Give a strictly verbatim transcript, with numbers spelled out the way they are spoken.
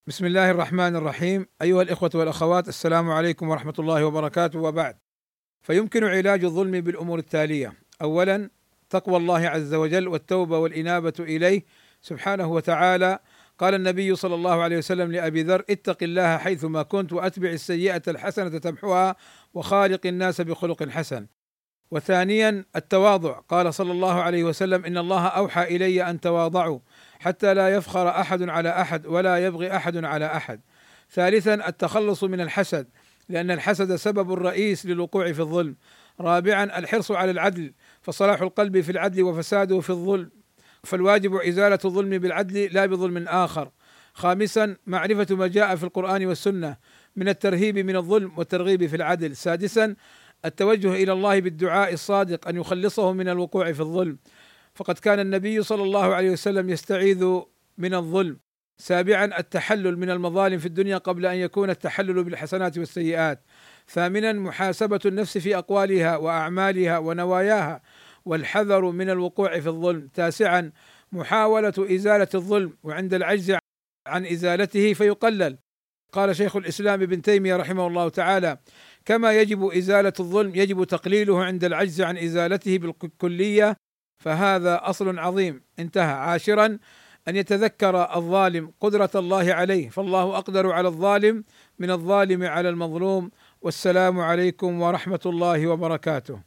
بسم الله الرحمن الرحيم. أيها الإخوة والأخوات، السلام عليكم ورحمة الله وبركاته، وبعد. فيمكن علاج الظلم بالأمور التالية: أولا، تقوى الله عز وجل والتوبة والإنابة إليه سبحانه وتعالى. قال النبي صلى الله عليه وسلم لأبي ذر: اتق الله حيثما كنت وأتبع السيئة الحسنة تمحها وخالق الناس بخلق حسن. وثانيا، التواضع. قال صلى الله عليه وسلم: إن الله أوحى إلي أن تواضعوا حتى لا يفخر أحد على أحد ولا يبغي أحد على أحد. ثالثا، التخلص من الحسد، لأن الحسد سبب رئيس للوقوع في الظلم. رابعا، الحرص على العدل، فصلاح القلب في العدل وفساده في الظلم، فالواجب إزالة الظلم بالعدل لا بظلم آخر. خامسا، معرفة ما جاء في القرآن والسنة من الترهيب من الظلم والترغيب في العدل. سادسا، التوجه إلى الله بالدعاء الصادق أن يخلصه من الوقوع في الظلم، فقد كان النبي صلى الله عليه وسلم يستعيذ من الظلم. سابعا، التحلل من المظالم في الدنيا قبل أن يكون التحلل بالحسنات والسيئات. ثامنا، محاسبة النفس في أقوالها وأعمالها ونواياها والحذر من الوقوع في الظلم. تاسعا، محاولة إزالة الظلم وعند العجز عن إزالته فيقلل. قال شيخ الإسلام ابن تيمية رحمه الله تعالى: كما يجب إزالة الظلم يجب تقليله عند العجز عن إزالته بالكلية، فهذا أصل عظيم. انتهى. عاشرا، أن يتذكر الظالم قدرة الله عليه، فالله أقدر على الظالم من الظالم على المظلوم. والسلام عليكم ورحمة الله وبركاته.